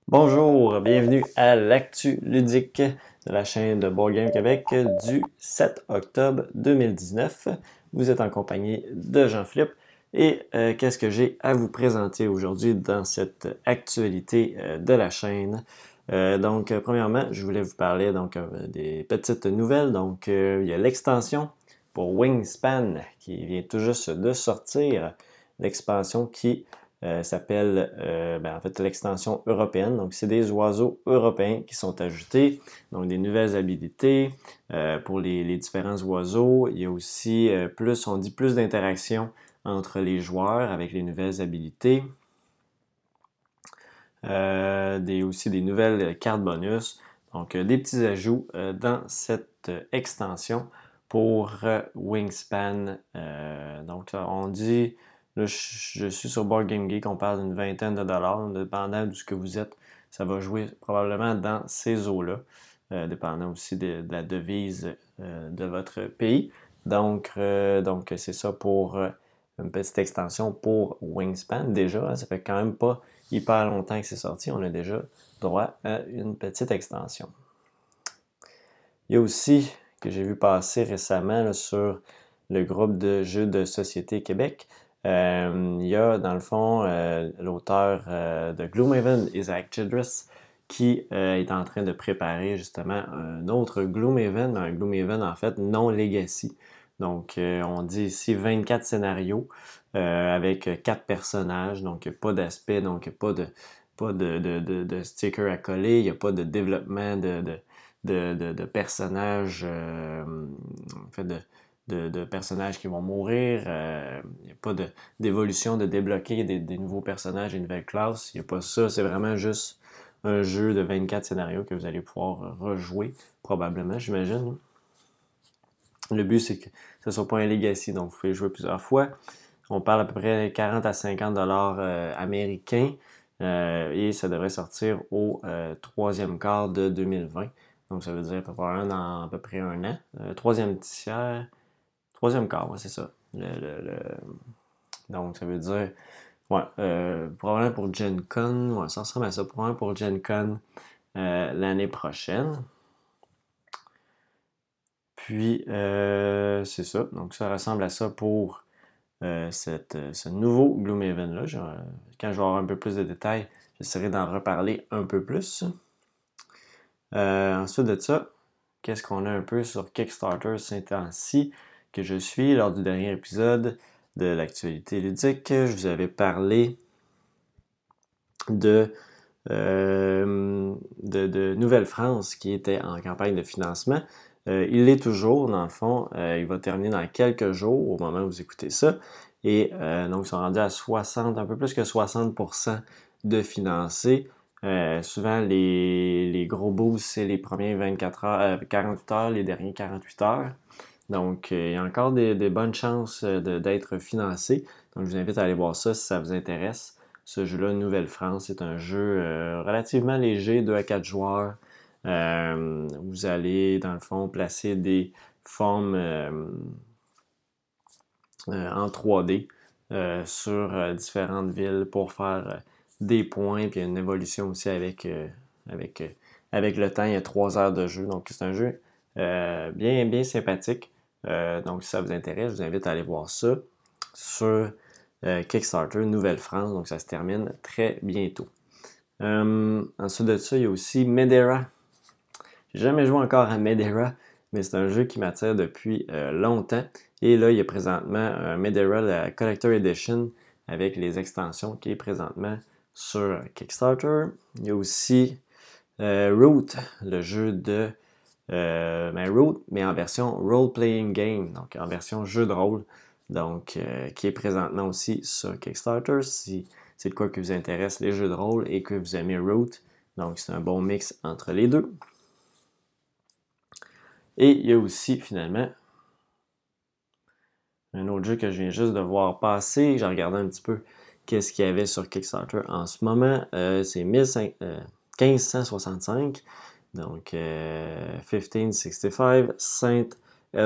Bonjour, bienvenue à l'actu ludique de la chaîne de Board Game Québec du 7 octobre 2019. Vous êtes en compagnie de Jean-Philippe et qu'est-ce que j'ai à vous présenter aujourd'hui dans cette actualité de la chaîne? Premièrement, je voulais vous parler des petites nouvelles. Il y a l'extension pour Wingspan qui vient tout juste de sortir. L'expansion qui s'appelle en fait l'extension européenne. Donc, c'est des oiseaux européens qui sont ajoutés. Donc, des nouvelles habilités pour les différents oiseaux. Il y a aussi on dit plus d'interaction entre les joueurs avec les nouvelles habilités. Aussi des nouvelles cartes bonus. Donc, des petits ajouts dans cette extension pour Wingspan. On dit, là, je suis sur Board Game Geek, on parle d'une vingtaine de dollars, dépendant de ce que vous êtes. Ça va jouer probablement dans ces eaux-là, dépendant aussi de la devise de votre pays. Donc c'est ça pour une petite extension pour Wingspan. Déjà, ça fait quand même pas hyper longtemps que c'est sorti. On a déjà droit à une petite extension. Il y a aussi, que j'ai vu passer récemment là, sur le groupe de jeux de société Québec, il y a dans le fond l'auteur de Gloomhaven, Isaac Childress, qui est en train de préparer justement un autre Gloomhaven, un Gloomhaven en fait non legacy. Donc on dit ici 24 scénarios avec 4 personnages, donc pas d'aspect, donc pas de sticker à coller, il n'y a pas de développement de personnages, en fait de personnages qui vont mourir. Il n'y a pas d'évolution, de débloquer des nouveaux personnages, des nouvelles classes. Il n'y a pas ça. C'est vraiment juste un jeu de 24 scénarios que vous allez pouvoir rejouer, probablement, j'imagine. Le but, c'est que ce ne soit pas un legacy, donc vous pouvez jouer plusieurs fois. On parle à peu près 40 à 50 dollars américains et ça devrait sortir au troisième quart de 2020. Donc ça veut dire dans à peu près un an. Troisième tiers, troisième quart, ouais, c'est ça. Donc ça veut dire, ouais, probablement pour Gen Con, ouais, ça ressemble à ça, probablement pour Gen Con l'année prochaine. Puis c'est ça, donc ça ressemble à ça pour ce nouveau Gloomhaven-là. Quand je vais avoir un peu plus de détails, j'essaierai d'en reparler un peu plus. Ensuite de ça, qu'est-ce qu'on a un peu sur Kickstarter ces temps-ci que je suis lors du dernier épisode de l'actualité ludique. Je vous avais parlé de Nouvelle-France qui était en campagne de financement. Il l'est toujours, dans le fond. Il va terminer dans quelques jours au moment où vous écoutez ça. Et donc, ils sont rendus à 60, un peu plus que 60% de financés. Souvent, les gros boosts, c'est les premiers 24 heures, 48 heures, les derniers 48 heures. Donc, il y a encore des bonnes chances d'être financé. Donc, je vous invite à aller voir ça si ça vous intéresse. Ce jeu-là, Nouvelle-France, c'est un jeu relativement léger, 2 à 4 joueurs. Vous allez, dans le fond, placer des formes en 3D sur différentes villes pour faire des points, puis il y a une évolution aussi avec le temps. Il y a 3 heures de jeu, donc c'est un jeu bien sympathique. Donc si ça vous intéresse, je vous invite à aller voir ça sur Kickstarter Nouvelle-France, donc ça se termine très bientôt. Ensuite de ça, il y a aussi Medera. J'ai jamais joué encore à Medera, mais c'est un jeu qui m'attire depuis longtemps. Et là, il y a présentement Medera, la Collector Edition, avec les extensions qui est présentement sur Kickstarter. Il y a aussi Root, le jeu de Root, mais en version role-playing game, donc en version jeu de rôle, donc qui est présentement aussi sur Kickstarter. Si c'est de quoi que vous intéresse les jeux de rôle et que vous aimez Root, donc c'est un bon mix entre les deux. Et il y a aussi finalement un autre jeu que je viens juste de voir passer. J'ai regardé un petit peu qu'est-ce qu'il y avait sur Kickstarter en ce moment. C'est 1565. Donc 1565 Saint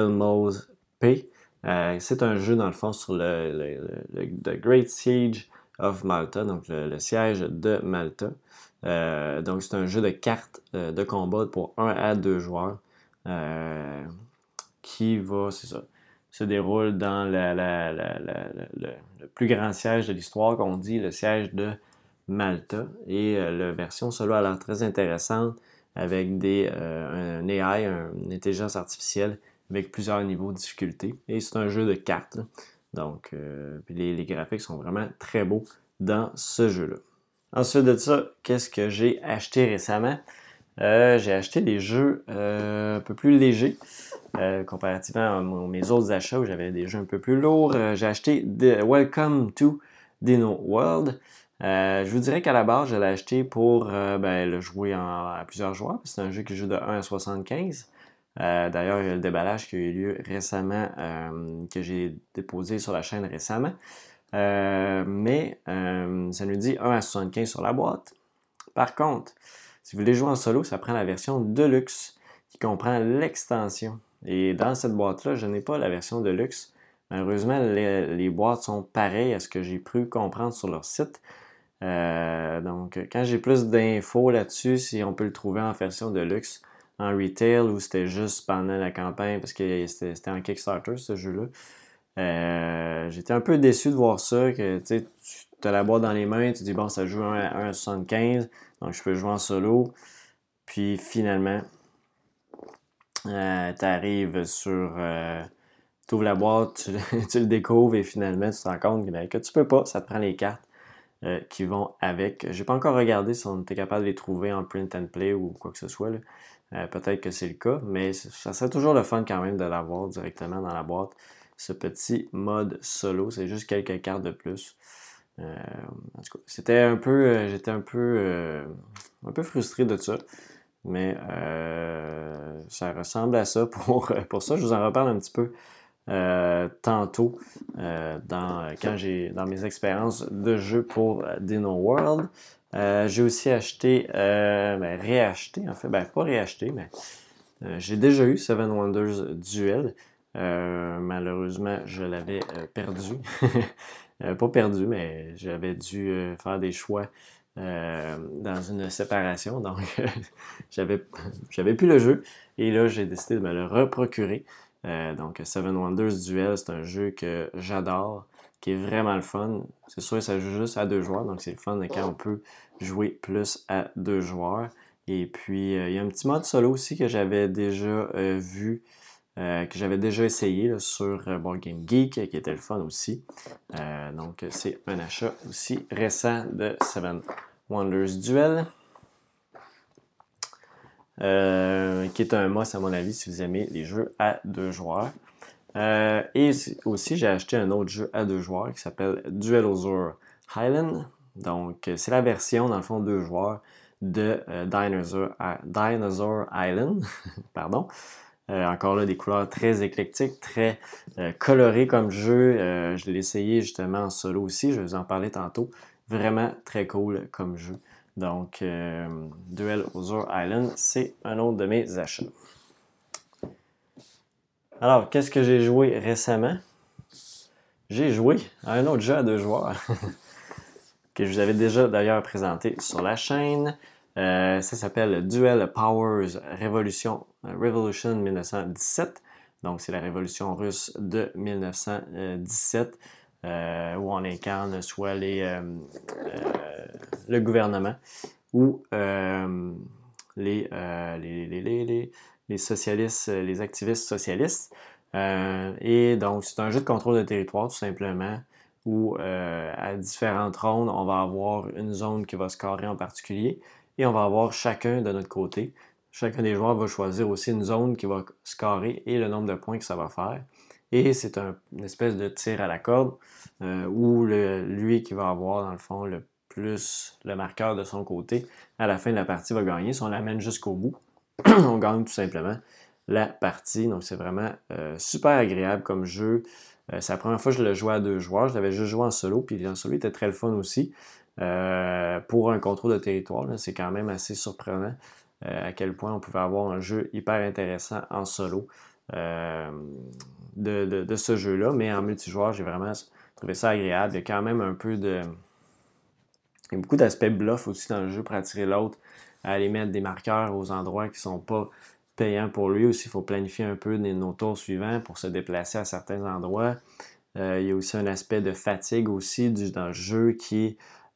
Elmo's Pay. C'est un jeu dans le fond sur The Great Siege of Malta, donc le siège de Malta. Donc c'est un jeu de cartes de combat pour 1 à 2 joueurs qui va, c'est ça, se déroule dans le plus grand siège de l'histoire qu'on dit, le siège de Malta. Et la version solo a l'air très intéressante avec un AI, une intelligence artificielle avec plusieurs niveaux de difficulté. Et c'est un jeu de cartes. Là. Donc, puis les graphiques sont vraiment très beaux dans ce jeu-là. Ensuite de ça, qu'est-ce que j'ai acheté récemment? J'ai acheté des jeux un peu plus légers comparativement à mes autres achats où j'avais des jeux un peu plus lourds. J'ai acheté Welcome to Dino World. Je vous dirais qu'à la base, je l'ai acheté pour le jouer à plusieurs joueurs. C'est un jeu qui joue de 1 à 75. D'ailleurs, il y a le déballage qui a eu lieu récemment, que j'ai déposé sur la chaîne récemment. Mais ça nous dit 1 à 75 sur la boîte. Par contre, si vous voulez jouer en solo, ça prend la version Deluxe qui comprend l'extension. Et dans cette boîte-là, je n'ai pas la version Deluxe. Malheureusement, les boîtes sont pareilles à ce que j'ai pu comprendre sur leur site. Donc, quand j'ai plus d'infos là-dessus, si on peut le trouver en version Deluxe, en retail ou c'était juste pendant la campagne parce que c'était en Kickstarter ce jeu-là. J'étais un peu déçu de voir ça, que tu as la boîte dans les mains, tu dis bon, ça joue 1 à 75, donc je peux jouer en solo. Puis finalement, tu arrives sur. Tu ouvres la boîte, tu le découvres et finalement tu te rends compte que tu peux pas, ça te prend les cartes qui vont avec. J'ai pas encore regardé si on était capable de les trouver en print and play ou quoi que ce soit. Peut-être que c'est le cas, mais ça serait toujours le fun quand même de l'avoir directement dans la boîte. Ce petit mode solo, c'est juste quelques cartes de plus. En tout cas, j'étais un peu frustré de ça, mais ça ressemble à ça pour ça. Je vous en reparle un petit peu tantôt dans mes expériences de jeu pour Dino World. J'ai aussi réacheté, en fait, pas réacheté, mais j'ai déjà eu Seven Wonders Duel. Malheureusement, je l'avais perdu. Pas perdu, mais j'avais dû faire des choix dans une séparation. Donc, j'avais plus le jeu. Et là, j'ai décidé de me le reprocurer. Donc, Seven Wonders Duel, c'est un jeu que j'adore, qui est vraiment le fun. C'est sûr, ça joue juste à 2 joueurs, donc c'est le fun quand on peut jouer plus à 2 joueurs. Et puis, il y a un petit mode solo aussi que j'avais déjà vu, que j'avais déjà essayé là, sur Board Game Geek, qui était le fun aussi. Donc, c'est un achat aussi récent de Seven Wonders Duel. Qui est un must à mon avis si vous aimez les jeux à 2 joueurs. Et aussi, j'ai acheté un autre jeu à 2 joueurs qui s'appelle Duelosaur Island. Donc, c'est la version, dans le fond, 2 joueurs de Dinosaur Island. Pardon. Encore là, des couleurs très éclectiques, très colorées comme jeu. Je l'ai essayé justement en solo aussi, je vais vous en parler tantôt. Vraiment très cool comme jeu. Donc, Duelosaur Island, c'est un autre de mes achats. Alors, qu'est-ce que j'ai joué récemment? J'ai joué à un autre jeu à 2 joueurs que je vous avais déjà d'ailleurs présenté sur la chaîne. Ça s'appelle Duel Powers Revolution 1917. Donc, c'est la révolution russe de 1917 où on incarne soit le gouvernement ou les socialistes, les activistes socialistes. Et donc, c'est un jeu de contrôle de territoire, tout simplement, où à différentes rondes, on va avoir une zone qui va scorer en particulier et on va avoir chacun de notre côté. Chacun des joueurs va choisir aussi une zone qui va scorer et le nombre de points que ça va faire. Et c'est une espèce de tir à la corde où lui qui va avoir, dans le fond, le plus le marqueur de son côté, à la fin de la partie va gagner. Si on l'amène jusqu'au bout, on gagne tout simplement la partie. Donc, c'est vraiment super agréable comme jeu. C'est la première fois que je le jouais à 2 joueurs. Je l'avais juste joué en solo, puis en solo, il était très le fun aussi. Pour un contrôle de territoire, là, c'est quand même assez surprenant à quel point on pouvait avoir un jeu hyper intéressant en solo de ce jeu-là. Mais en multijoueur, j'ai vraiment trouvé ça agréable. Il y a quand même un peu de Il y a beaucoup d'aspects bluff aussi dans le jeu pour attirer l'autre, à aller mettre des marqueurs aux endroits qui ne sont pas payants pour lui. Aussi, il faut planifier un peu nos tours suivants pour se déplacer à certains endroits. Il y a aussi un aspect de fatigue aussi dans le jeu qui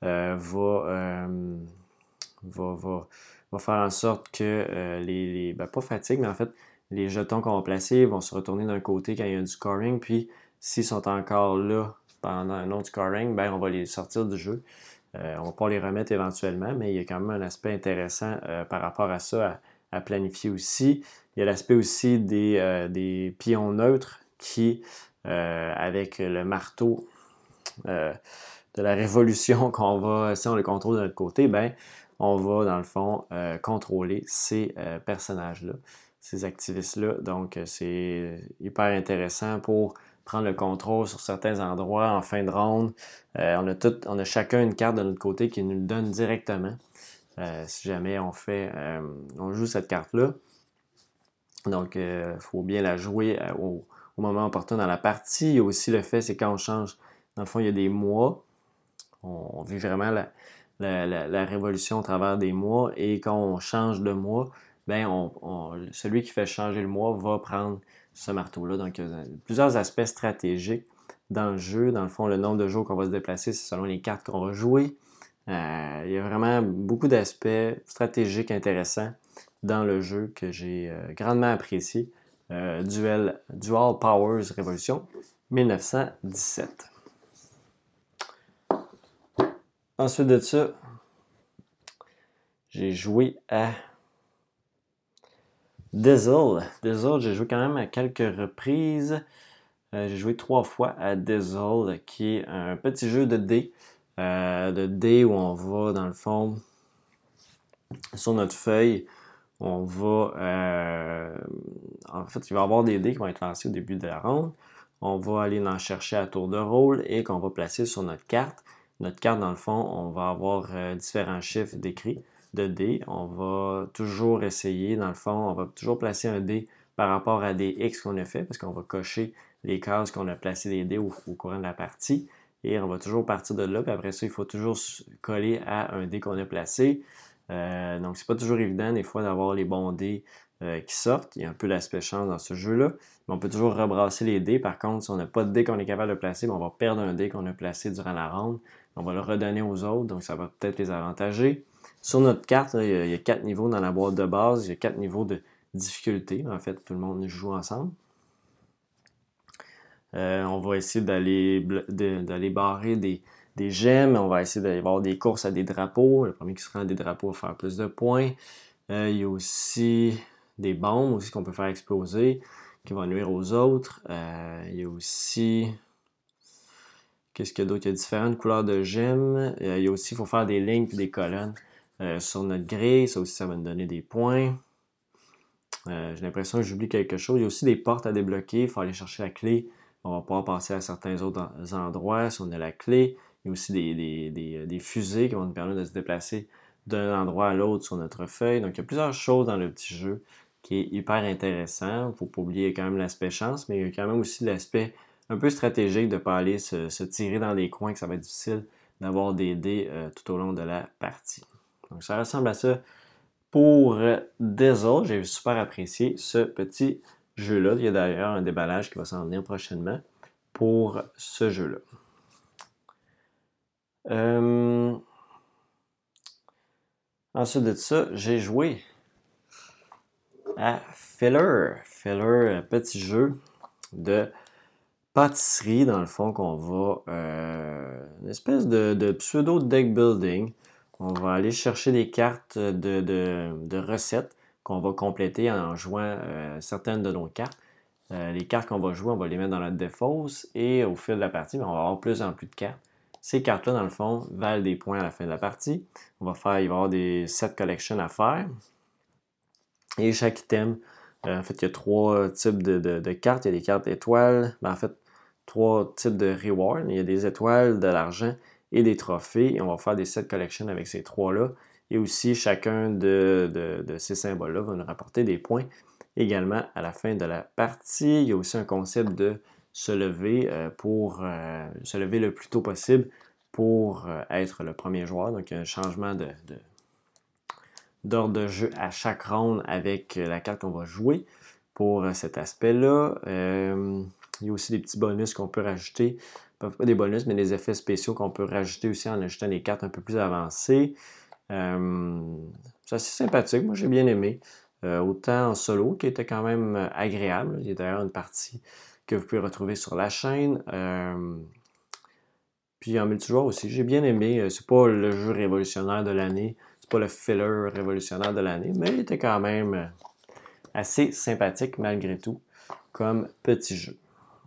va faire en sorte que pas fatigue, mais en fait, les jetons qu'on va placer vont se retourner d'un côté quand il y a du scoring, puis s'ils sont encore là pendant un autre scoring, on va les sortir du jeu. On va pas les remettre éventuellement, mais il y a quand même un aspect intéressant par rapport à ça à planifier aussi. Il y a l'aspect aussi des pions neutres qui, avec le marteau de la révolution qu'on va, si on le contrôle de notre côté, on va dans le fond contrôler ces personnages-là, ces activistes-là. Donc c'est hyper intéressant pour prendre le contrôle sur certains endroits en fin de ronde. On a chacun une carte de notre côté qui nous le donne directement. Si jamais on joue cette carte-là. Donc, il faut bien la jouer au moment opportun dans la partie. Il y a aussi le fait, c'est quand on change, dans le fond, il y a des mois. On vit vraiment la révolution au travers des mois. Et quand on change de mois, celui qui fait changer le mois va prendre ce marteau-là. Donc, il y a plusieurs aspects stratégiques dans le jeu. Dans le fond, le nombre de jours qu'on va se déplacer, c'est selon les cartes qu'on va jouer. Il y a vraiment beaucoup d'aspects stratégiques intéressants dans le jeu que j'ai grandement apprécié. Dual Powers Revolution 1917. Ensuite de ça, j'ai joué à Dizzle. Dizzle, j'ai joué quand même à quelques reprises. J'ai joué 3 fois à Dizzle, qui est un petit jeu de dés où on va, dans le fond, sur notre feuille, on va... en fait, il va y avoir des dés qui vont être lancés au début de la ronde. On va aller en chercher à tour de rôle et qu'on va placer sur notre carte. Notre carte, dans le fond, on va avoir différents chiffres décrits de dés. On va toujours essayer, dans le fond, on va toujours placer un dé par rapport à des X qu'on a fait, parce qu'on va cocher les cases qu'on a placées des dés au courant de la partie. Et on va toujours partir de là, puis après ça, il faut toujours coller à un dé qu'on a placé. Donc, c'est pas toujours évident, des fois, d'avoir les bons dés qui sortent. Il y a un peu l'aspect chance dans ce jeu-là. Mais on peut toujours rebrasser les dés. Par contre, si on n'a pas de dés qu'on est capable de placer, on va perdre un dé qu'on a placé durant la ronde. On va le redonner aux autres, donc ça va peut-être les avantager. Sur notre carte, là, il y a 4 niveaux dans la boîte de base. Il y a 4 niveaux de difficulté. En fait, tout le monde joue ensemble. On va essayer d'aller barrer des gemmes. On va essayer d'aller voir des courses à des drapeaux. Le premier qui se rend à des drapeaux va faire plus de points. Il y a aussi des bombes aussi qu'on peut faire exploser qui vont nuire aux autres. Il y a aussi... Qu'est-ce qu'il y a d'autre? Il y a différentes couleurs de gemmes. Il y a aussi, il faut faire des lignes et des colonnes sur notre grille. Ça aussi, ça va nous donner des points. J'ai l'impression que j'oublie quelque chose. Il y a aussi des portes à débloquer. Il faut aller chercher la clé. On va pouvoir passer à certains autres endroits si on a la clé. Il y a aussi des fusées qui vont nous permettre de se déplacer d'un endroit à l'autre sur notre feuille. Donc, il y a plusieurs choses dans le petit jeu qui est hyper intéressant. Il ne faut pas oublier quand même l'aspect chance, mais il y a quand même aussi l'aspect un peu stratégique de ne pas aller se tirer dans les coins, que ça va être difficile d'avoir des dés tout au long de la partie. Donc, ça ressemble à ça pour Dizzle. J'ai super apprécié ce petit jeu-là. Il y a d'ailleurs un déballage qui va s'en venir prochainement pour ce jeu-là. Ensuite de ça, j'ai joué à Filler. Filler, petit jeu de pâtisserie, dans le fond, qu'on va... une espèce de pseudo deck building. On va aller chercher des cartes de recettes qu'on va compléter en jouant certaines de nos cartes. Les cartes qu'on va jouer, on va les mettre dans notre défausse et au fil de la partie, on va avoir plus en plus de cartes. Ces cartes-là, dans le fond, valent des points à la fin de la partie. Il va y avoir des set collections à faire. Et chaque item, en fait, il y a 3 types de cartes. Il y a des cartes étoiles. En fait, 3 types de rewards. Il y a des étoiles, de l'argent et des trophées. Et on va faire des set collections avec ces 3-là. Et aussi, chacun de ces symboles-là va nous rapporter des points également à la fin de la partie. Il y a aussi un concept de se lever pour se lever le plus tôt possible pour être le premier joueur. Donc, il y a un changement d'ordre de jeu à chaque ronde avec la carte qu'on va jouer pour cet aspect-là. Il y a aussi des petits bonus qu'on peut rajouter. Pas des bonus, mais des effets spéciaux qu'on peut rajouter aussi en ajoutant des cartes un peu plus avancées. C'est assez sympathique. Moi, j'ai bien aimé. Autant en solo, qui était quand même agréable. Il y a d'ailleurs une partie que vous pouvez retrouver sur la chaîne. Puis en multijoueur aussi, j'ai bien aimé. C'est pas le jeu révolutionnaire de l'année. C'est pas le filler révolutionnaire de l'année, mais il était quand même assez sympathique malgré tout comme petit jeu.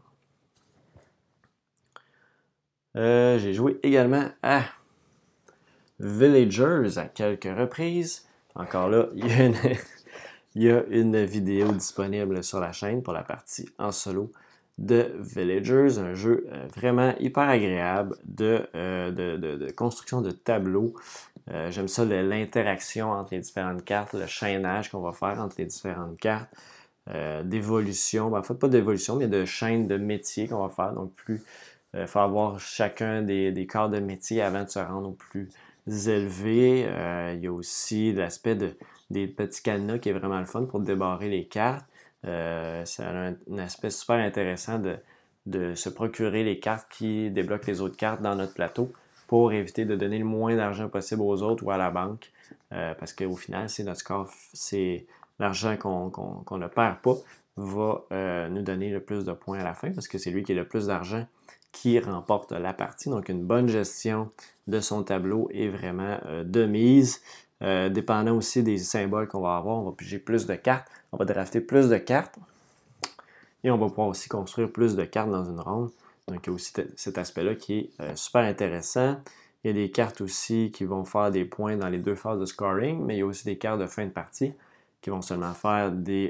J'ai joué également à Villagers à quelques reprises. Encore là, il y a une vidéo disponible sur la chaîne pour la partie en solo de Villagers, un jeu vraiment hyper agréable de construction de tableaux. J'aime ça, l'interaction entre les différentes cartes, le chaînage qu'on va faire entre les différentes cartes, d'évolution, en fait pas d'évolution, mais de chaîne de métier qu'on va faire. Donc plus, il faut avoir chacun des corps de métier avant de se rendre au plus élevé. Il y a aussi l'aspect des petits cadenas qui est vraiment le fun pour débarrer les cartes. C'est un aspect super intéressant de se procurer les cartes qui débloquent les autres cartes dans notre plateau pour éviter de donner le moins d'argent possible aux autres ou à la banque. Parce qu'au final, c'est notre score, c'est l'argent qu'on ne perd pas va nous donner le plus de points à la fin parce que c'est lui qui a le plus d'argent qui remporte la partie. Donc, une bonne gestion de son tableau est vraiment de mise. Dépendant aussi des symboles qu'on va avoir, on va piger plus de cartes, on va drafter plus de cartes et on va pouvoir aussi construire plus de cartes dans une ronde. Donc, il y a aussi cet aspect-là qui est super intéressant. Il y a des cartes aussi qui vont faire des points dans les deux phases de scoring, mais il y a aussi des cartes de fin de partie qui vont seulement faire des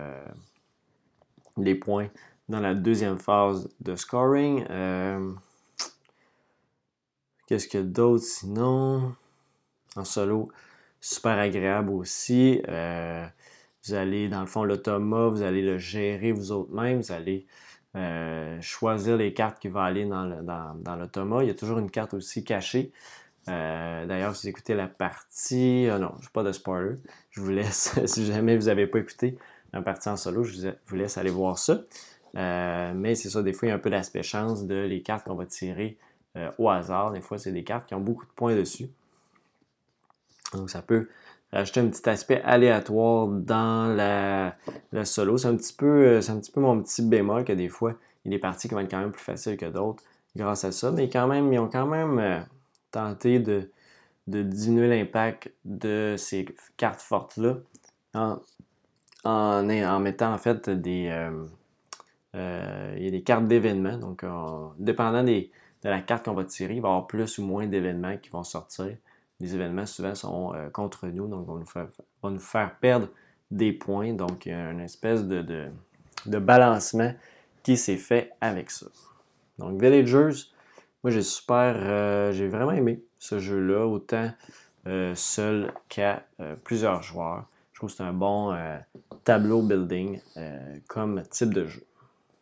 points dans la deuxième phase de scoring. Qu'est-ce qu'il y a d'autre sinon? En solo, super agréable aussi. Vous allez, dans le fond, l'automa, vous allez le gérer vous autres-mêmes. Vous allez choisir les cartes qui vont aller dans l'automa. Il y a toujours une carte aussi cachée. D'ailleurs, si vous écoutez la partie... non, je n'ai pas de spoiler. Je vous laisse, si jamais vous n'avez pas écouté la partie en solo, je vous laisse aller voir ça. Mais c'est ça, des fois, il y a un peu d'aspect chance de les cartes qu'on va tirer au hasard. Des fois, c'est des cartes qui ont beaucoup de points dessus. Donc, ça peut rajouter un petit aspect aléatoire dans la solo. C'est un petit peu mon petit bémol que des fois, il y a des parties qui vont être quand même plus faciles que d'autres grâce à ça. Mais ils ont quand même tenté de diminuer l'impact de ces cartes fortes-là en mettant en fait il y a des cartes d'événements. Donc, dépendant de la carte qu'on va tirer, il va y avoir plus ou moins d'événements qui vont sortir. Les événements souvent sont contre nous, donc vont nous faire perdre des points. Donc, il y a une espèce de balancement qui s'est fait avec ça. Donc, Villagers, moi j'ai vraiment aimé ce jeu-là, autant seul qu'à plusieurs joueurs. Je trouve que c'est un bon tableau building comme type de jeu.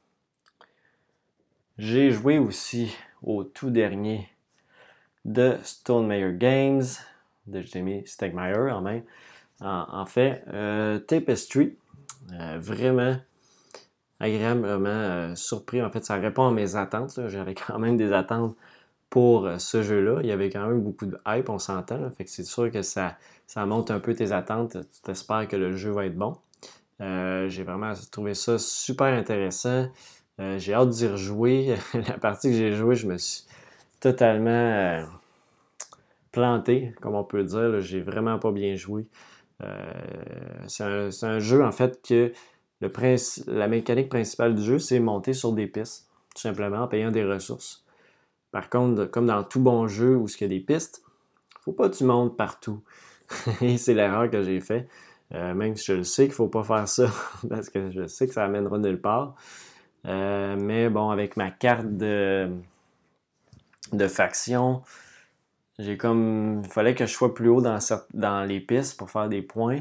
J'ai joué aussi au tout dernier de Stonemaier Games, de Jamie Stegmaier en fait. Tapestry, vraiment agréablement surpris. En fait, ça répond à mes attentes. J'avais quand même des attentes pour ce jeu-là. Il y avait quand même beaucoup de hype, on s'entend. Fait que c'est sûr que ça monte un peu tes attentes. Tu t'espères que le jeu va être bon. J'ai vraiment trouvé ça super intéressant. J'ai hâte d'y rejouer. La partie que j'ai jouée, je me suis totalement planté, comme on peut dire. Là. J'ai vraiment pas bien joué. C'est un jeu, en fait, que la mécanique principale du jeu, c'est monter sur des pistes, tout simplement, en payant des ressources. Par contre, comme dans tout bon jeu où il y a des pistes, faut pas que tu montes partout. Et c'est l'erreur que j'ai fait. Même si je le sais qu'il faut pas faire ça, parce que je sais que ça amènera nulle part. Mais bon, avec ma carte de faction, il fallait que je sois plus haut dans les pistes pour faire des points.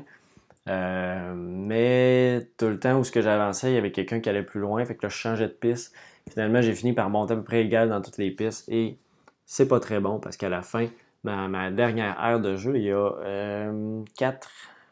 Mais tout le temps où j'avançais, il y avait quelqu'un qui allait plus loin, fait que là, je changeais de piste. Finalement, j'ai fini par monter à peu près égal dans toutes les pistes et c'est pas très bon parce qu'à la fin, ma dernière ère de jeu, il y a 4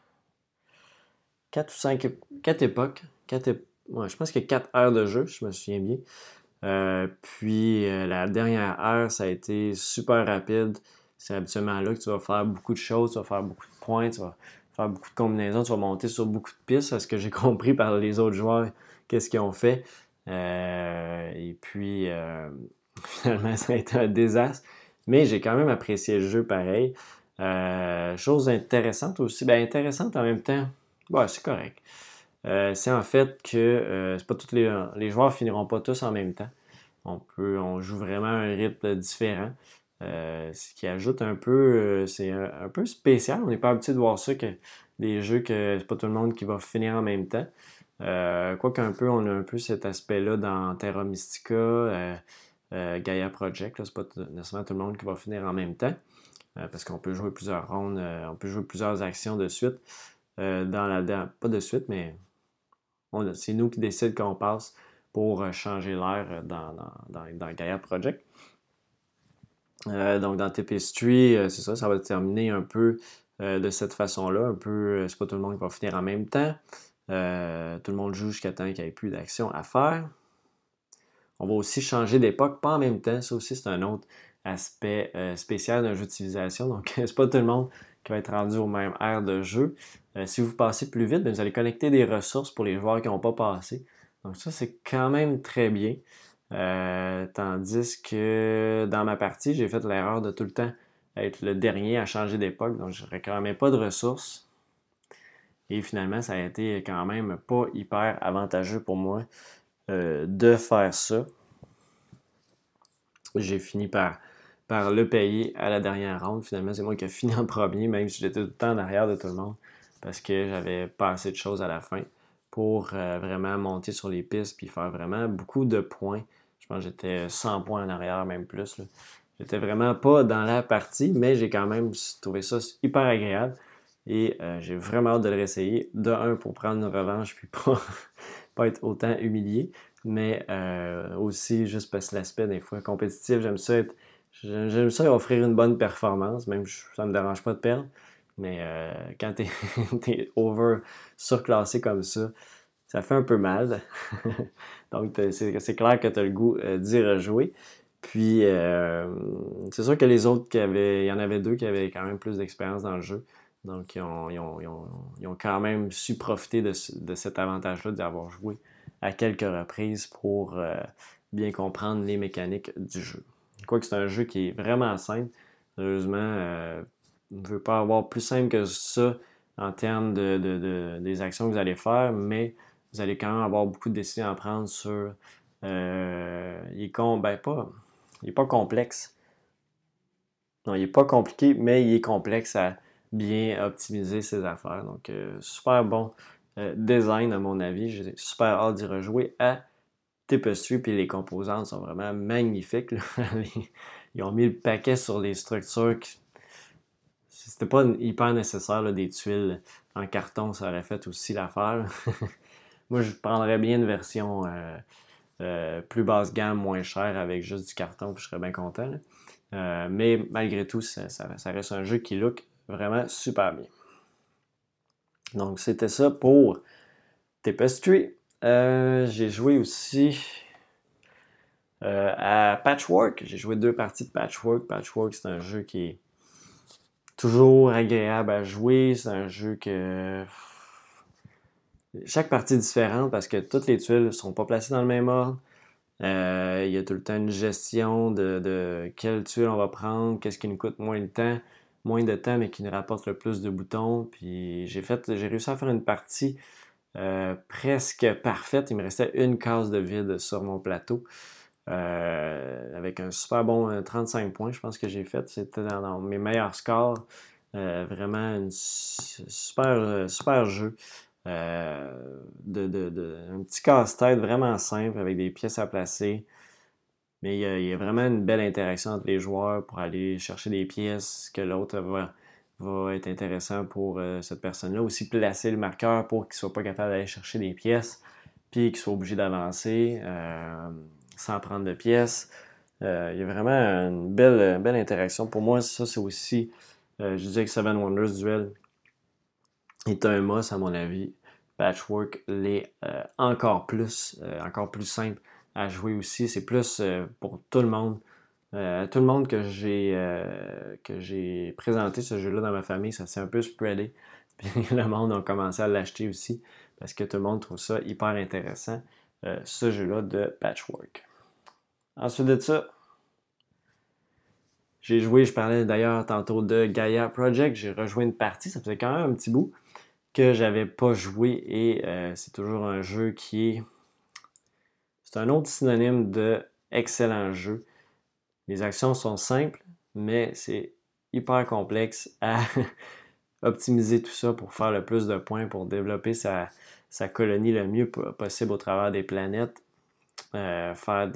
ou 5 4 époques. Ouais, je pense qu'il y a 4 heures de jeu, je me souviens bien. Puis la dernière heure, ça a été super rapide. C'est habituellement là que tu vas faire beaucoup de choses, tu vas faire beaucoup de points, tu vas faire beaucoup de combinaisons, tu vas monter sur beaucoup de pistes, à ce que j'ai compris par les autres joueurs, qu'est-ce qu'ils ont fait. Et puis, finalement, ça a été un désastre. Mais j'ai quand même apprécié le jeu pareil. Chose intéressante aussi, ben intéressante en même temps, ouais, c'est correct. C'est en fait que c'est pas tous les joueurs finiront pas tous en même temps. On joue vraiment un rythme différent. Ce qui ajoute un peu, c'est un peu spécial. On n'est pas habitué de voir ça, que des jeux que c'est pas tout le monde qui va finir en même temps. Quoique un peu, on a un peu cet aspect-là dans Terra Mystica, Gaia Project. Là, c'est pas nécessairement tout le monde qui va finir en même temps. Parce qu'on peut jouer plusieurs rounds, on peut jouer plusieurs actions de suite. Pas de suite, mais c'est nous qui décidons qu'on passe pour changer l'air dans Gaia Project. Donc dans Tapestry, c'est ça, ça va terminer un peu de cette façon-là. Un peu, c'est pas tout le monde qui va finir en même temps. Tout le monde joue jusqu'à temps qu'il n'y ait plus d'action à faire. On va aussi changer d'époque, pas en même temps. Ça aussi, c'est un autre aspect spécial d'un jeu de civilisation. Donc, c'est pas tout le monde qui va être rendu au même aire de jeu. Si vous passez plus vite, vous allez collecter des ressources pour les joueurs qui n'ont pas passé. Donc ça, c'est quand même très bien. Tandis que dans ma partie, j'ai fait l'erreur de tout le temps être le dernier à changer d'époque. Donc, je ne réclamais pas de ressources. Et finalement, ça a été quand même pas hyper avantageux pour moi de faire ça. J'ai fini par le payer à la dernière ronde. Finalement, c'est moi qui ai fini en premier, même si j'étais tout le temps en arrière de tout le monde, parce que j'avais pas assez de choses à la fin pour vraiment monter sur les pistes puis faire vraiment beaucoup de points. Je pense que j'étais 100 points en arrière, même plus. Là. J'étais vraiment pas dans la partie, mais j'ai quand même trouvé ça hyper agréable. Et j'ai vraiment hâte de le réessayer. De un, pour prendre une revanche puis pas être autant humilié. Mais aussi juste parce que l'aspect des fois compétitif, j'aime ça offrir une bonne performance, même ça me dérange pas de perdre. Mais quand t'es over surclassé comme ça fait un peu mal. Donc c'est clair que tu as le goût d'y rejouer. Puis c'est sûr que les autres il y en avait deux qui avaient quand même plus d'expérience dans le jeu. Donc ils ont quand même su profiter de cet avantage-là d'avoir joué à quelques reprises pour bien comprendre les mécaniques du jeu. Quoique c'est un jeu qui est vraiment simple, sérieusement, on ne veut pas avoir plus simple que ça en termes des actions que vous allez faire, mais vous allez quand même avoir beaucoup de décisions à prendre sur... il est pas complexe. Non, il n'est pas compliqué, mais il est complexe à bien optimiser ses affaires. Donc, super bon design à mon avis. J'ai super hâte d'y rejouer à Tapestry, puis les composantes sont vraiment magnifiques. Ils ont mis le paquet sur les structures. C'était pas hyper nécessaire, là, des tuiles en carton, ça aurait fait aussi l'affaire. Moi, je prendrais bien une version plus basse gamme, moins chère, avec juste du carton, puis je serais bien content. Mais malgré tout, ça reste un jeu qui look vraiment super bien. Donc, c'était ça pour Tapestry. J'ai joué aussi à Patchwork. J'ai joué 2 parties de Patchwork. Patchwork, c'est un jeu qui est toujours agréable à jouer. C'est un jeu que chaque partie est différente parce que toutes les tuiles ne sont pas placées dans le même ordre. Il y a tout le temps une gestion de quelle tuile on va prendre, qu'est-ce qui nous coûte moins de temps, mais qui nous rapporte le plus de boutons. Puis j'ai réussi à faire une partie presque parfaite. Il me restait une case de vide sur mon plateau. Avec un super bon 35 points, je pense que j'ai fait. C'était dans mes meilleurs scores. Vraiment un super jeu. Un petit casse-tête vraiment simple avec des pièces à placer. Mais il y a vraiment une belle interaction entre les joueurs pour aller chercher des pièces que l'autre va être intéressant pour cette personne-là. Aussi placer le marqueur pour qu'il ne soit pas capable d'aller chercher des pièces, puis qu'il soit obligé d'avancer sans prendre de pièces. Il y a vraiment une belle interaction. Pour moi, ça, c'est aussi, je disais que Seven Wonders Duel est un must, à mon avis. Patchwork l'est encore plus simple à jouer aussi. C'est plus pour tout le monde. Tout le monde que j'ai présenté ce jeu-là dans ma famille, ça s'est un peu spreadé. Puis le monde a commencé à l'acheter aussi parce que tout le monde trouve ça hyper intéressant, ce jeu-là de Patchwork. Ensuite de ça, j'ai joué, je parlais d'ailleurs tantôt de Gaia Project. J'ai rejoint une partie, ça faisait quand même un petit bout que j'avais pas joué et c'est toujours un jeu c'est un autre synonyme de excellent jeu. Les actions sont simples, mais c'est hyper complexe à optimiser tout ça pour faire le plus de points, pour développer sa colonie le mieux possible au travers des planètes, faire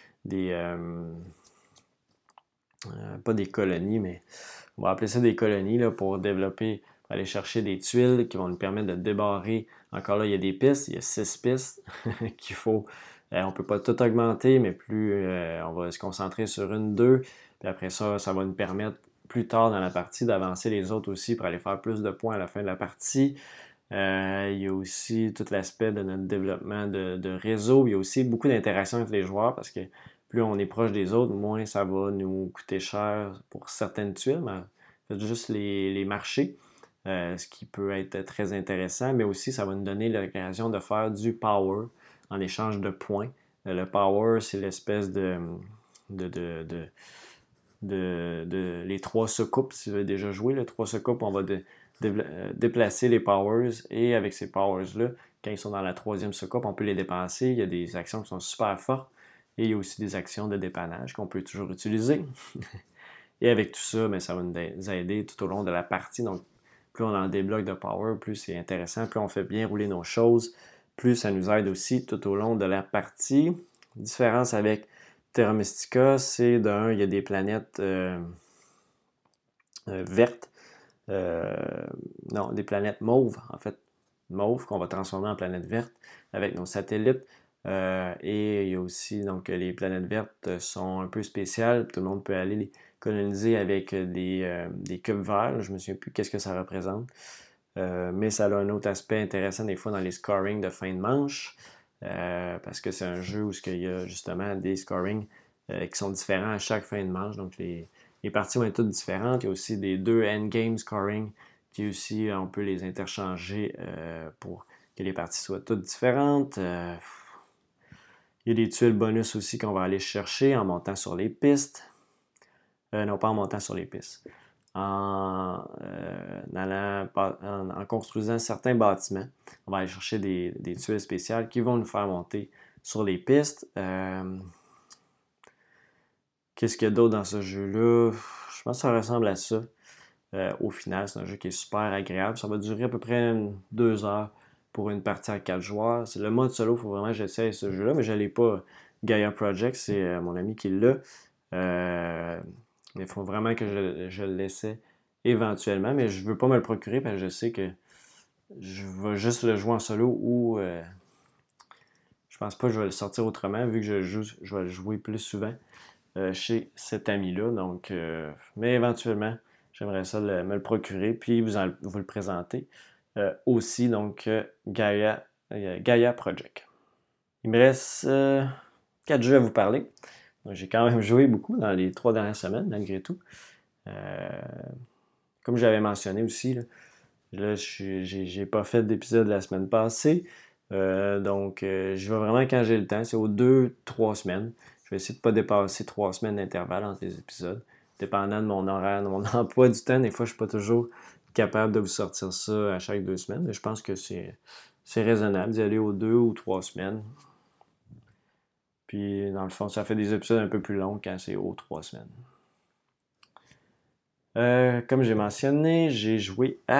pas des colonies, mais on va appeler ça des colonies là, pour développer, pour aller chercher des tuiles qui vont nous permettre de débarrer. Encore là, il y a des pistes, il y a 6 pistes qu'il faut. On ne peut pas tout augmenter, mais plus on va se concentrer sur une, deux. Puis après ça, ça va nous permettre plus tard dans la partie d'avancer les autres aussi pour aller faire plus de points à la fin de la partie. Il y a aussi tout l'aspect de notre développement de réseau. Il y a aussi beaucoup d'interactions avec les joueurs parce que plus on est proche des autres, moins ça va nous coûter cher pour certaines tuiles. Mais faites juste les marchés, ce qui peut être très intéressant, mais aussi ça va nous donner l'occasion de faire du power en échange de points. Le power, c'est l'espèce de les trois soucoupes. Si vous avez déjà joué, les trois soucoupes, on va déplacer les powers et avec ces powers-là, quand ils sont dans la troisième soucoupe, on peut les dépenser. Il y a des actions qui sont super fortes et il y a aussi des actions de dépannage qu'on peut toujours utiliser. Et avec tout ça, bien, ça va nous aider tout au long de la partie. Donc, plus on en débloque de power, plus c'est intéressant, plus on fait bien rouler nos choses, plus ça nous aide aussi tout au long de la partie. Différence avec Terra Mystica, c'est d'un, il y a des planètes vertes, non, des planètes mauves, en fait, mauves qu'on va transformer en planètes vertes avec nos satellites. Et il y a aussi, donc, les planètes vertes sont un peu spéciales. Tout le monde peut aller les coloniser avec des cubes verts. Je ne me souviens plus qu'est-ce que ça représente. Mais ça a un autre aspect intéressant des fois dans les scorings de fin de manche. Parce que c'est un jeu où il y a justement des scorings qui sont différents à chaque fin de manche. Donc les parties vont être toutes différentes. Il y a aussi des deux endgame scoring qui aussi, on peut les interchanger pour que les parties soient toutes différentes. Il y a des tuiles bonus aussi qu'on va aller chercher en montant sur les pistes. Non, pas en montant sur les pistes. En construisant certains bâtiments. On va aller chercher des tuiles spéciales qui vont nous faire monter sur les pistes. Qu'est-ce qu'il y a d'autre dans ce jeu-là? Je pense que ça ressemble à ça. Au final, c'est un jeu qui est super agréable. Ça va durer à peu près 2 heures pour une partie à 4 joueurs. C'est le mode solo, il faut vraiment que j'essaye ce jeu-là, mais je ne l'ai pas. Gaia Project, c'est mon ami qui l'a. Mais il faut vraiment que je l'essaie éventuellement, mais je ne veux pas me le procurer parce que je sais que je vais juste le jouer en solo ou je pense pas que je vais le sortir autrement vu que je vais le jouer plus souvent chez cet ami-là. Donc, mais éventuellement, j'aimerais ça me le procurer puis vous le présenter aussi. Donc, Gaia Project. Il me reste 4 jeux à vous parler. Donc, j'ai quand même joué beaucoup dans les 3 dernières semaines, malgré tout. Comme j'avais mentionné aussi, là j'ai pas fait d'épisode la semaine passée. Donc, je vais vraiment quand j'ai le temps. C'est aux 2-3 semaines. Je vais essayer de ne pas dépasser 3 semaines d'intervalle entre les épisodes. Dépendant de mon horaire, de mon emploi du temps, des fois, je ne suis pas toujours capable de vous sortir ça à chaque 2 semaines. Mais je pense que c'est raisonnable d'y aller aux 2 ou 3 semaines. Puis, dans le fond, ça fait des épisodes un peu plus longs quand c'est aux 3 semaines. Comme j'ai mentionné, j'ai joué à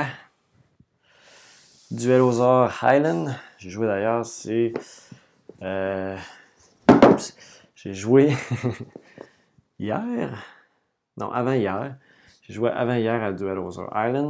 Duelosaur Highland. J'ai joué d'ailleurs, j'ai joué hier. Non, avant-hier. J'ai joué avant-hier à Duelosaur Island.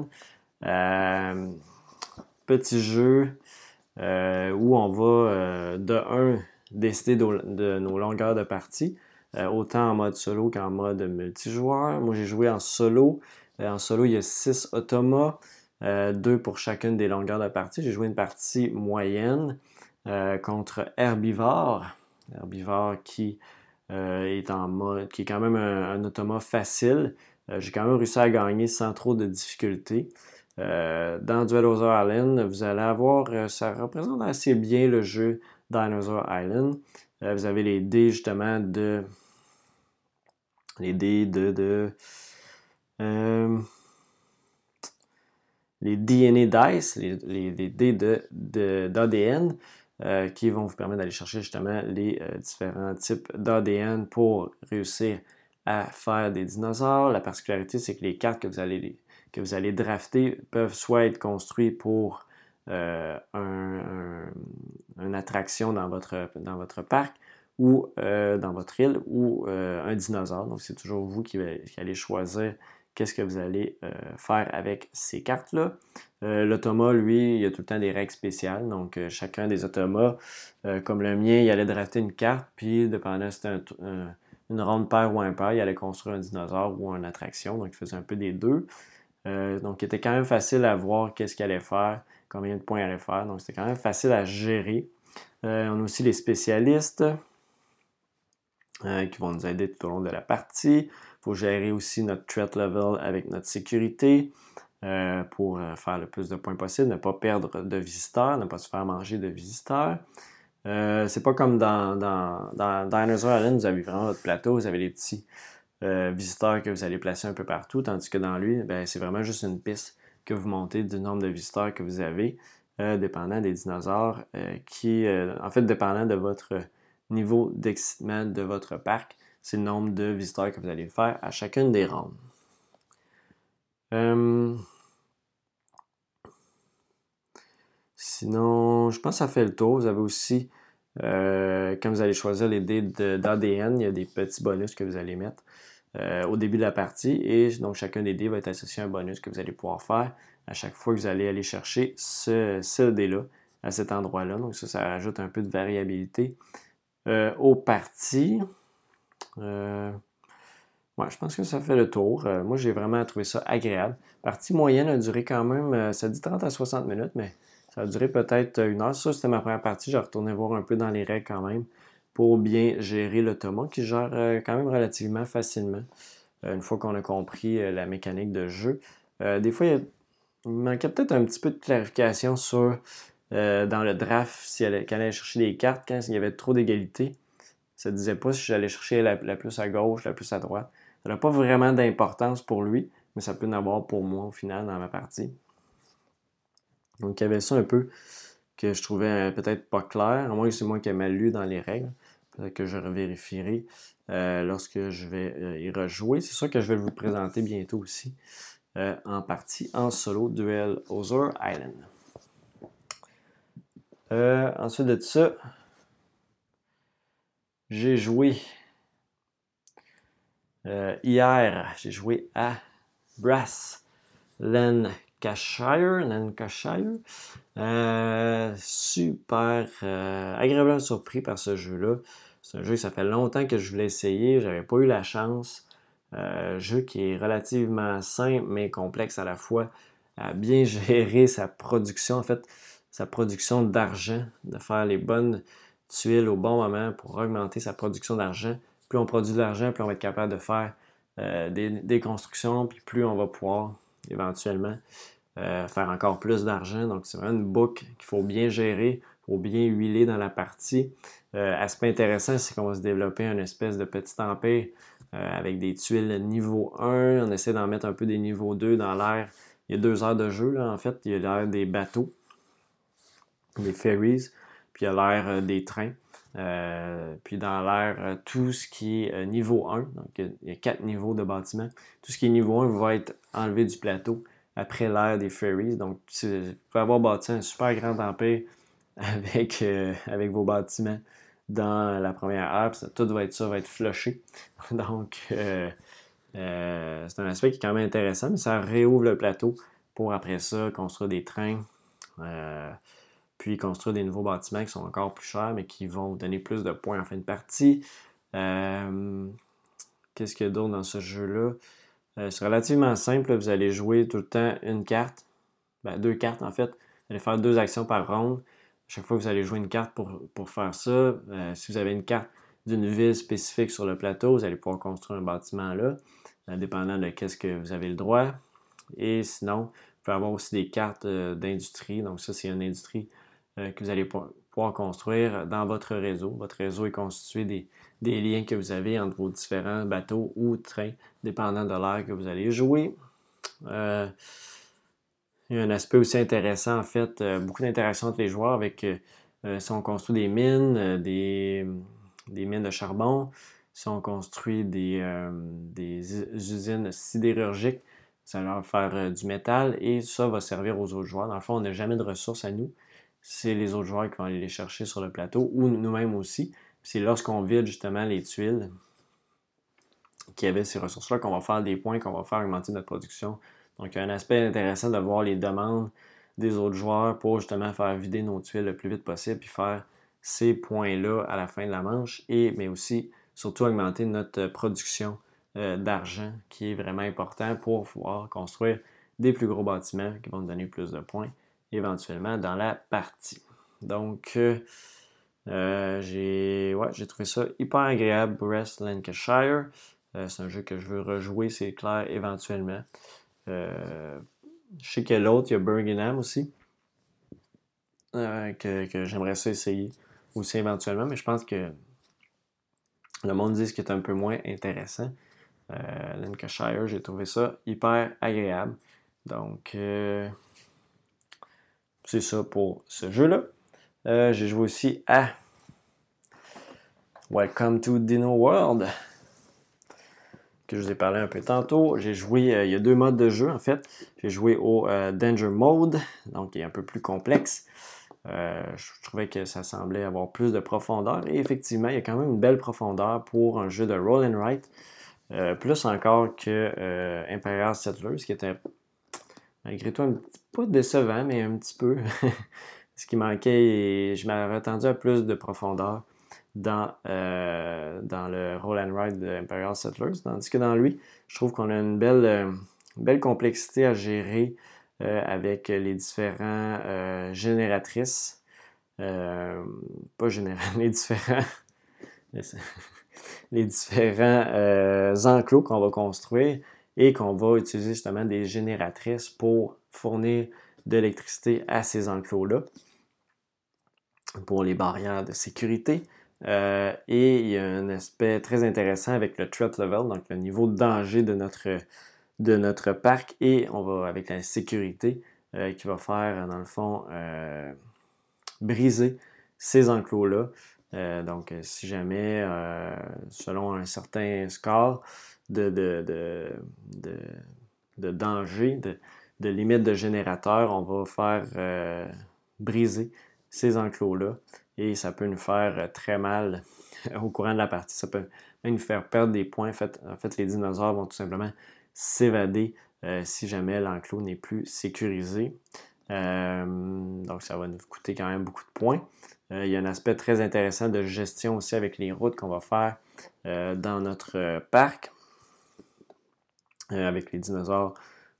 Petit jeu où on va, de un, décider de nos longueurs de partie. autant en mode solo qu'en mode multijoueur. Moi, j'ai joué en solo. En solo, il y a 6 automas, 2 pour chacune des longueurs de partie. J'ai joué une partie moyenne contre Herbivore. Herbivore qui est en mode, qui est quand même un automa facile. J'ai quand même réussi à gagner sans trop de difficultés. Dans Dinosaur Island, vous allez avoir, ça représente assez bien le jeu Dinosaur Island. Vous avez les dés justement les dés les DNA Dice, les dés d'ADN qui vont vous permettre d'aller chercher justement les différents types d'ADN pour réussir à faire des dinosaures. La particularité, c'est que les cartes que vous allez drafter peuvent soit être construites pour une attraction dans votre parc ou dans votre île ou un dinosaure. Donc, c'est toujours vous qui allez choisir qu'est-ce que vous allez faire avec ces cartes-là. L'automa, lui, il y a tout le temps des règles spéciales. Donc, chacun des automas, comme le mien, il allait drafter une carte, puis dépendant si c'était une ronde paire ou un paire, il allait construire un dinosaure ou une attraction. Donc, il faisait un peu des deux. Donc, il était quand même facile à voir qu'est-ce qu'il allait faire, combien de points il allait faire. Donc, c'était quand même facile à gérer. On a aussi les spécialistes qui vont nous aider tout au long de la partie. Il faut gérer aussi notre threat level avec notre sécurité pour faire le plus de points possible, ne pas perdre de visiteurs, ne pas se faire manger de visiteurs. C'est pas comme dans Dinosaur Island, vous avez vraiment votre plateau, vous avez les petits visiteurs que vous allez placer un peu partout, tandis que dans lui, c'est vraiment juste une piste que vous montez du nombre de visiteurs que vous avez, dépendant des dinosaures, en fait, dépendant de votre niveau d'excitement de votre parc, c'est le nombre de visiteurs que vous allez faire à chacune des rondes. Sinon, je pense que ça fait le tour. Vous avez aussi, quand vous allez choisir les dés d'ADN, il y a des petits bonus que vous allez mettre au début de la partie. Et donc, chacun des dés va être associé à un bonus que vous allez pouvoir faire à chaque fois que vous allez aller chercher ce dé-là à cet endroit-là. Donc, ça rajoute un peu de variabilité aux parties. Ouais, je pense que ça fait le tour. Moi, j'ai vraiment trouvé ça agréable. Partie moyenne a duré quand même, ça dit 30 à 60 minutes, mais ça a duré peut-être une heure. Ça, c'était ma première partie. J'ai retourné voir un peu dans les règles quand même pour bien gérer l'automa qui gère quand même relativement facilement une fois qu'on a compris la mécanique de jeu. Des fois, il manquait peut-être un petit peu de clarification sur dans le draft, quand elle allait chercher des cartes, quand il y avait trop d'égalité. Ça ne disait pas si j'allais chercher la plus à gauche, la plus à droite. Ça n'a pas vraiment d'importance pour lui, mais ça peut en avoir pour moi au final dans ma partie. Donc il y avait ça un peu que je trouvais peut-être pas clair, à moins que c'est moi qui ai mal lu dans les règles. Peut-être que je revérifierai lorsque je vais y rejouer. C'est sûr que je vais vous le présenter bientôt aussi en partie en solo Duel Other Island. Ensuite de ça, j'ai joué hier, j'ai joué à Brass Lancashire. Super agréablement surpris par ce jeu-là. C'est un jeu que ça fait longtemps que je voulais essayer, j'avais pas eu la chance. Jeu qui est relativement simple mais complexe à la fois, à bien gérer sa production, en fait, sa production d'argent, de faire les bonnes tuiles au bon moment pour augmenter sa production d'argent. Plus on produit de l'argent, plus on va être capable de faire des constructions, puis plus on va pouvoir éventuellement faire encore plus d'argent. Donc, c'est vraiment une boucle qu'il faut bien gérer, il faut bien huiler dans la partie. Aspect intéressant, c'est qu'on va se développer une espèce de petit empire avec des tuiles niveau 1. On essaie d'en mettre un peu des niveaux 2 dans l'air. Il y a 2 heures de jeu, là, en fait. Il y a l'air des bateaux, des ferries, puis il y a l'air des trains. Puis dans l'air, tout ce qui est niveau 1, donc il y a 4 niveaux de bâtiments. Tout ce qui est niveau 1 va être enlevé du plateau après l'ère des ferries. Donc, vous pouvez avoir bâti un super grand empire avec vos bâtiments dans la première ère. Puis tout va être flushé. Donc, c'est un aspect qui est quand même intéressant, mais ça réouvre le plateau pour après ça construire des trains. Puis construire des nouveaux bâtiments qui sont encore plus chers, mais qui vont vous donner plus de points en fin de partie. Qu'est-ce qu'il y a d'autre dans ce jeu-là? C'est relativement simple. Vous allez jouer tout le temps une carte. Deux cartes en fait. Vous allez faire 2 actions par ronde. Chaque fois que vous allez jouer une carte pour faire ça, si vous avez une carte d'une ville spécifique sur le plateau, vous allez pouvoir construire un bâtiment là, dépendant de qu'est-ce que vous avez le droit. Et sinon, vous pouvez avoir aussi des cartes d'industrie. Donc ça, c'est une industrie que vous allez pouvoir construire dans votre réseau. Votre réseau est constitué des liens que vous avez entre vos différents bateaux ou trains, dépendant de l'ère que vous allez jouer. Il y a un aspect aussi intéressant, en fait, beaucoup d'interactions entre les joueurs avec si on construit des mines, des mines de charbon, si on construit des usines sidérurgiques, ça va leur faire du métal et ça va servir aux autres joueurs. Dans le fond, on n'a jamais de ressources à nous. C'est les autres joueurs qui vont aller les chercher sur le plateau ou nous-mêmes aussi. C'est lorsqu'on vide justement les tuiles qui avaient ces ressources-là qu'on va faire des points, qu'on va faire augmenter notre production. Donc, il y a un aspect intéressant de voir les demandes des autres joueurs pour justement faire vider nos tuiles le plus vite possible puis faire ces points-là à la fin de la manche, mais aussi, surtout, augmenter notre production d'argent qui est vraiment important pour pouvoir construire des plus gros bâtiments qui vont nous donner plus de points éventuellement dans la partie. Donc, j'ai trouvé ça hyper agréable, Brest Lancashire. C'est un jeu que je veux rejouer, c'est clair, éventuellement. Je sais qu'il y a l'autre, il y a Birmingham aussi, que j'aimerais ça essayer aussi éventuellement, mais je pense que le monde dit qu'il est un peu moins intéressant. Lancashire, j'ai trouvé ça hyper agréable. Donc, c'est ça pour ce jeu-là. J'ai joué aussi à Welcome to Dino World, que je vous ai parlé un peu tantôt. J'ai joué, il y a 2 modes de jeu en fait. J'ai joué au Danger Mode, donc qui est un peu plus complexe. Je trouvais que ça semblait avoir plus de profondeur. Et effectivement, il y a quand même une belle profondeur pour un jeu de roll and write. Plus encore que Imperial Settlers, qui était malgré tout pas décevant, mais un petit peu. Ce qui manquait, et je m'avais attendu à plus de profondeur dans le roll and write de Imperial Settlers. Tandis que dans lui, je trouve qu'on a une belle complexité à gérer avec les différents génératrices. Pas général, les différents enclos qu'on va construire et qu'on va utiliser justement des génératrices pour fournir de l'électricité à ces enclos-là pour les barrières de sécurité. Et il y a un aspect très intéressant avec le threat level, donc le niveau de danger de notre parc, et on va avec la sécurité qui va faire, dans le fond, briser ces enclos-là. Donc, si jamais, selon un certain score de danger, de limite de générateur, on va faire briser ces enclos-là et ça peut nous faire très mal au courant de la partie. Ça peut même nous faire perdre des points. En fait, les dinosaures vont tout simplement s'évader si jamais l'enclos n'est plus sécurisé. Donc, ça va nous coûter quand même beaucoup de points. Il y a un aspect très intéressant de gestion aussi avec les routes qu'on va faire dans notre parc. Avec les dinosaures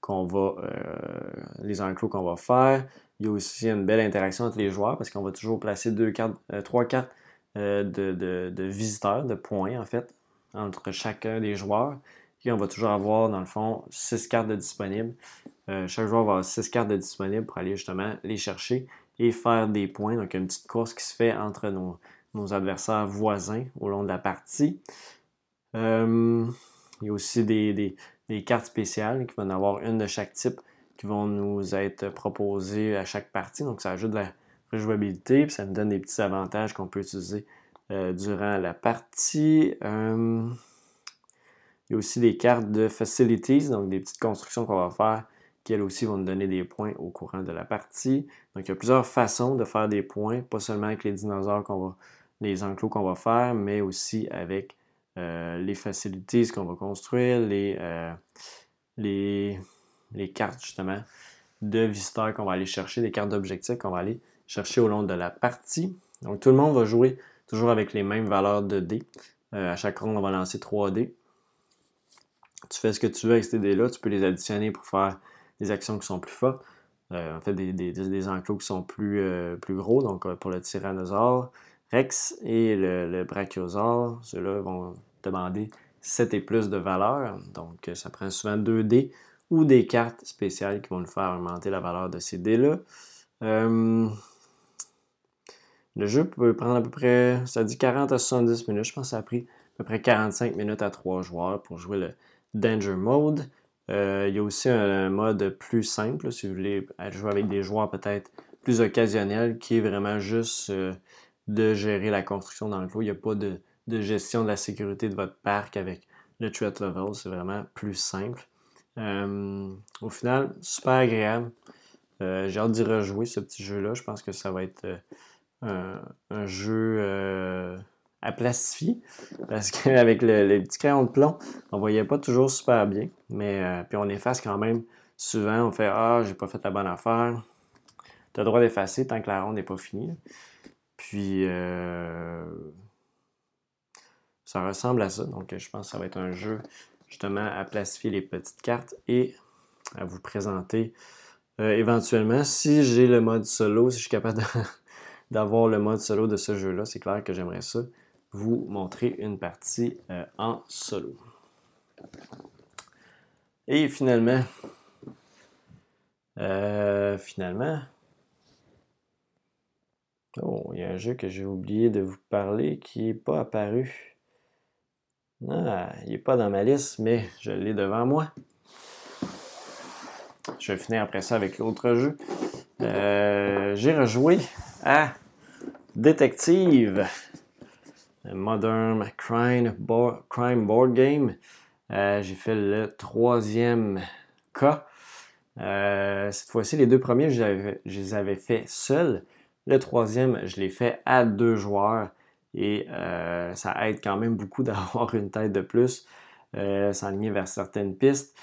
les enclos qu'on va faire. Il y a aussi une belle interaction entre les joueurs parce qu'on va toujours placer 3 cartes de visiteurs, de points en fait, entre chacun des joueurs. Et on va toujours avoir, dans le fond, 6 cartes de disponibles. Chaque joueur va avoir 6 cartes de disponibles pour aller justement les chercher et faire des points. Donc, il y a une petite course qui se fait entre nos adversaires voisins au long de la partie. Il y a aussi des cartes spéciales qui vont en avoir une de chaque type qui vont nous être proposées à chaque partie. Donc, ça ajoute de la rejouabilité puis ça nous donne des petits avantages qu'on peut utiliser durant la partie. Il y a aussi des cartes de facilities, donc des petites constructions qu'on va faire qui, elles aussi, vont nous donner des points au courant de la partie. Donc, il y a plusieurs façons de faire des points, pas seulement avec les dinosaures les enclos qu'on va faire, mais aussi avec les facilities qu'on va construire, les cartes justement de visiteurs qu'on va aller chercher, les cartes d'objectifs qu'on va aller chercher au long de la partie. Donc tout le monde va jouer toujours avec les mêmes valeurs de dés. À chaque ronde, on va lancer 3 dés. Tu fais ce que tu veux avec ces dés-là. Tu peux les additionner pour faire des actions qui sont plus fortes. En fait, des enclos qui sont plus gros. Donc, pour le tyrannosaure Rex et le brachiosaure, ceux-là vont demander 7 et plus de valeur. Donc, ça prend souvent 2 dés ou des cartes spéciales qui vont nous faire augmenter la valeur de ces dés-là. Le jeu peut prendre à peu près, ça dit 40 à 70 minutes. Je pense que ça a pris à peu près 45 minutes à 3 joueurs pour jouer le Danger Mode. Il y a aussi un mode plus simple, si vous voulez jouer avec des joueurs peut-être plus occasionnels, qui est vraiment juste de gérer la construction dans le clos. Il n'y a pas de gestion de la sécurité de votre parc avec le threat level. C'est vraiment plus simple. Au final, super agréable. J'ai hâte d'y rejouer ce petit jeu-là. Je pense que ça va être un jeu à plastifier parce qu'avec les petits crayons de plomb, on voyait pas toujours super bien, mais puis on efface quand même souvent. On fait ah, j'ai pas fait la bonne affaire. Tu as le droit d'effacer tant que la ronde n'est pas finie. Puis ça ressemble à ça. Donc je pense que ça va être un jeu justement à plastifier les petites cartes et à vous présenter éventuellement si j'ai le mode solo, si je suis capable d'avoir le mode solo de ce jeu-là. C'est clair que j'aimerais ça vous montrer une partie en solo. Et finalement, oh, il y a un jeu que j'ai oublié de vous parler qui n'est pas apparu. Ah, il n'est pas dans ma liste, mais je l'ai devant moi. Je vais finir après ça avec l'autre jeu. J'ai rejoué à Détective, Modern Crime Board Game. J'ai fait le 3e cas. Cette fois-ci, les 2 premiers, je les avais fait seul. Le 3e, je l'ai fait à 2 joueurs. Et ça aide quand même beaucoup d'avoir une tête de plus, s'enligner vers certaines pistes.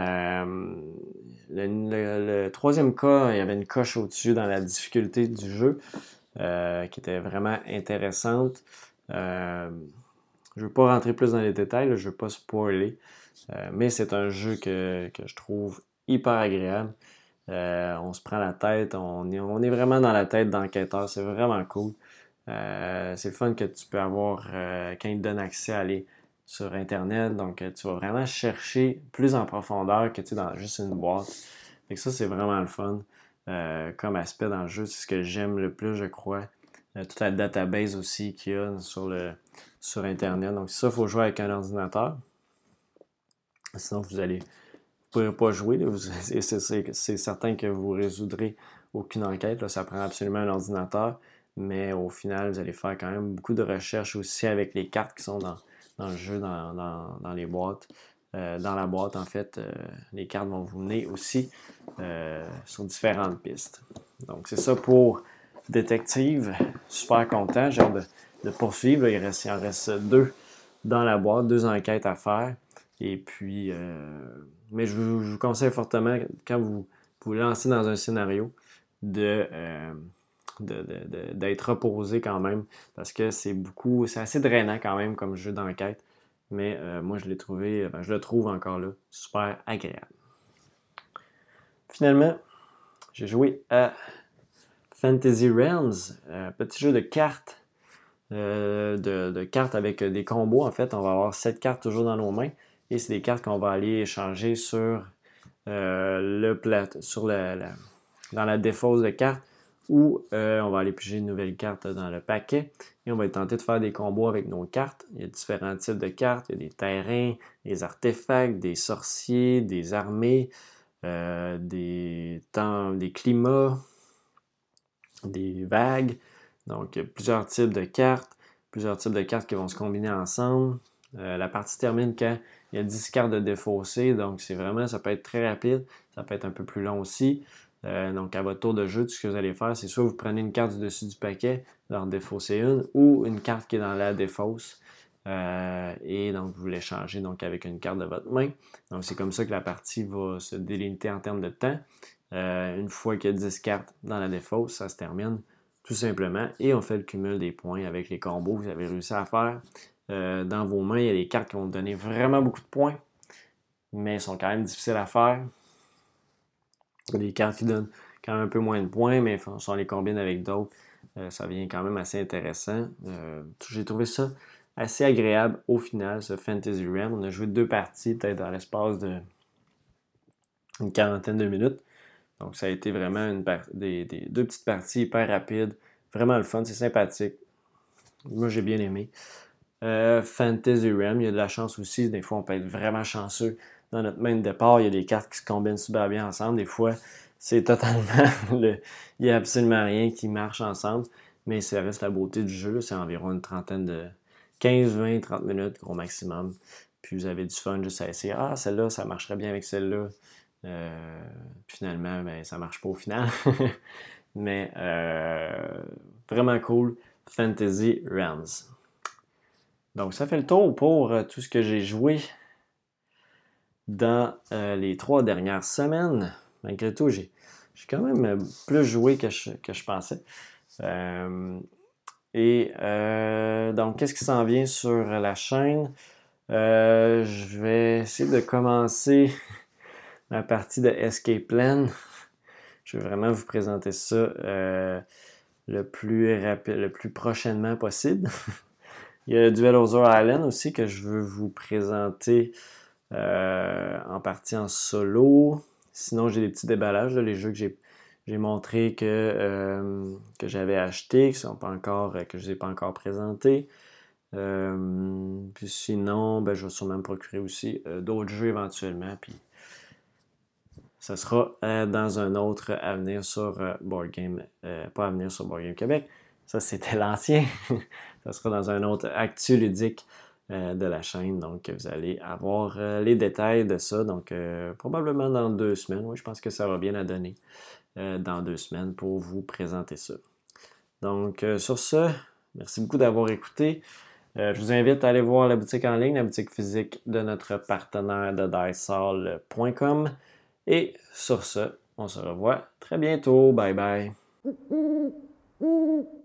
Le 3e cas, il y avait une coche au-dessus dans la difficulté du jeu qui était vraiment intéressante. Je ne veux pas rentrer plus dans les détails, là, je ne veux pas spoiler, mais c'est un jeu que je trouve hyper agréable. On se prend la tête, on est vraiment dans la tête d'enquêteur, c'est vraiment cool. C'est le fun que tu peux avoir quand ils te donnent accès à aller sur Internet. Donc, tu vas vraiment chercher plus en profondeur que tu es dans juste une boîte. Fait que ça, c'est vraiment le fun comme aspect dans le jeu. C'est ce que j'aime le plus, je crois. Toute la database aussi qu'il y a sur Internet. Donc, ça, il faut jouer avec un ordinateur. Sinon, vous ne pourrez pas jouer. C'est certain que vous ne résoudrez aucune enquête. Là. Ça prend absolument un ordinateur. Mais au final, vous allez faire quand même beaucoup de recherches aussi avec les cartes qui sont dans le jeu, dans les boîtes. Dans la boîte, en fait, les cartes vont vous mener aussi sur différentes pistes. Donc, c'est ça pour Détective. Super content. J'ai hâte de poursuivre. Il en reste 2 dans la boîte, 2 enquêtes à faire. Et puis, mais je vous conseille fortement, quand vous vous lancez dans un scénario, d'être reposé quand même, parce que c'est assez drainant quand même comme jeu d'enquête. Mais moi, je le trouve encore là super agréable. Finalement, j'ai joué à Fantasy Realms, petit jeu de cartes, de cartes avec des combos. En fait, on va avoir 7 cartes toujours dans nos mains, et c'est des cartes qu'on va aller échanger sur dans la défausse de cartes, où on va aller piger une nouvelle carte dans le paquet et on va tenter de faire des combos avec nos cartes. Il y a différents types de cartes. Il y a des terrains, des artefacts, des sorciers, des armées, des climats, des vagues. Donc, il y a plusieurs types de cartes qui vont se combiner ensemble. La partie termine quand il y a 10 cartes de défaussées, donc ça peut être très rapide, ça peut être un peu plus long aussi. Donc, à votre tour de jeu, tout ce que vous allez faire, c'est soit vous prenez une carte du dessus du paquet, vous en défaussez une, ou une carte qui est dans la défausse, et donc vous l'échangez donc avec une carte de votre main. Donc, c'est comme ça que la partie va se délimiter en termes de temps. Une fois qu'il y a 10 cartes dans la défausse, ça se termine tout simplement, et on fait le cumul des points avec les combos que vous avez réussi à faire dans vos mains. Il y a des cartes qui vont vous donner vraiment beaucoup de points, mais sont quand même difficiles à faire. Il y a des cartes qui donnent quand même un peu moins de points, mais si on les combine avec d'autres, ça devient quand même assez intéressant. J'ai trouvé ça assez agréable au final, ce Fantasy Realm. On a joué 2 parties, peut-être dans l'espace d'une quarantaine de minutes. Donc, ça a été vraiment des 2 petites parties hyper rapides. Vraiment le fun, c'est sympathique. Moi, j'ai bien aimé. Fantasy Realm, il y a de la chance aussi. Des fois, on peut être vraiment chanceux. Dans notre main de départ, il y a des cartes qui se combinent super bien ensemble. Des fois, c'est totalement... il n'y a absolument rien qui marche ensemble. Mais ça reste la beauté du jeu. C'est environ une trentaine de... 15, 20, 30 minutes, gros maximum. Puis vous avez du fun juste à essayer. Ah, celle-là, ça marcherait bien avec celle-là. Puis finalement, ben, ça marche pas au final. Mais vraiment cool. Fantasy Realms. Donc, ça fait le tour pour tout ce que j'ai joué dans les 3 dernières semaines. Malgré tout, j'ai quand même plus joué que je pensais. Donc, qu'est-ce qui s'en vient sur la chaîne? Je vais essayer de commencer ma partie de Escape Plan. Je vais vraiment vous présenter ça le plus prochainement possible. Il y a Duel Other Island aussi que je veux vous présenter en partie en solo. Sinon, j'ai des petits déballages, les jeux que j'ai montré que j'avais achetés, que je ne les ai pas encore présentés. Puis sinon, ben, je vais sûrement me procurer aussi d'autres jeux éventuellement. Puis ça sera dans un autre avenir sur Board Game, pas avenir sur Board Game Québec. Ça, c'était l'ancien. Ça sera dans un autre actu ludique de la chaîne. Donc, vous allez avoir les détails de ça. Donc, probablement dans 2 semaines. Oui, je pense que ça va bien à donner dans 2 semaines pour vous présenter ça. Donc, sur ce, merci beaucoup d'avoir écouté. Je vous invite à aller voir la boutique en ligne, la boutique physique de notre partenaire de dicehall.com. Et sur ce, on se revoit très bientôt. Bye bye.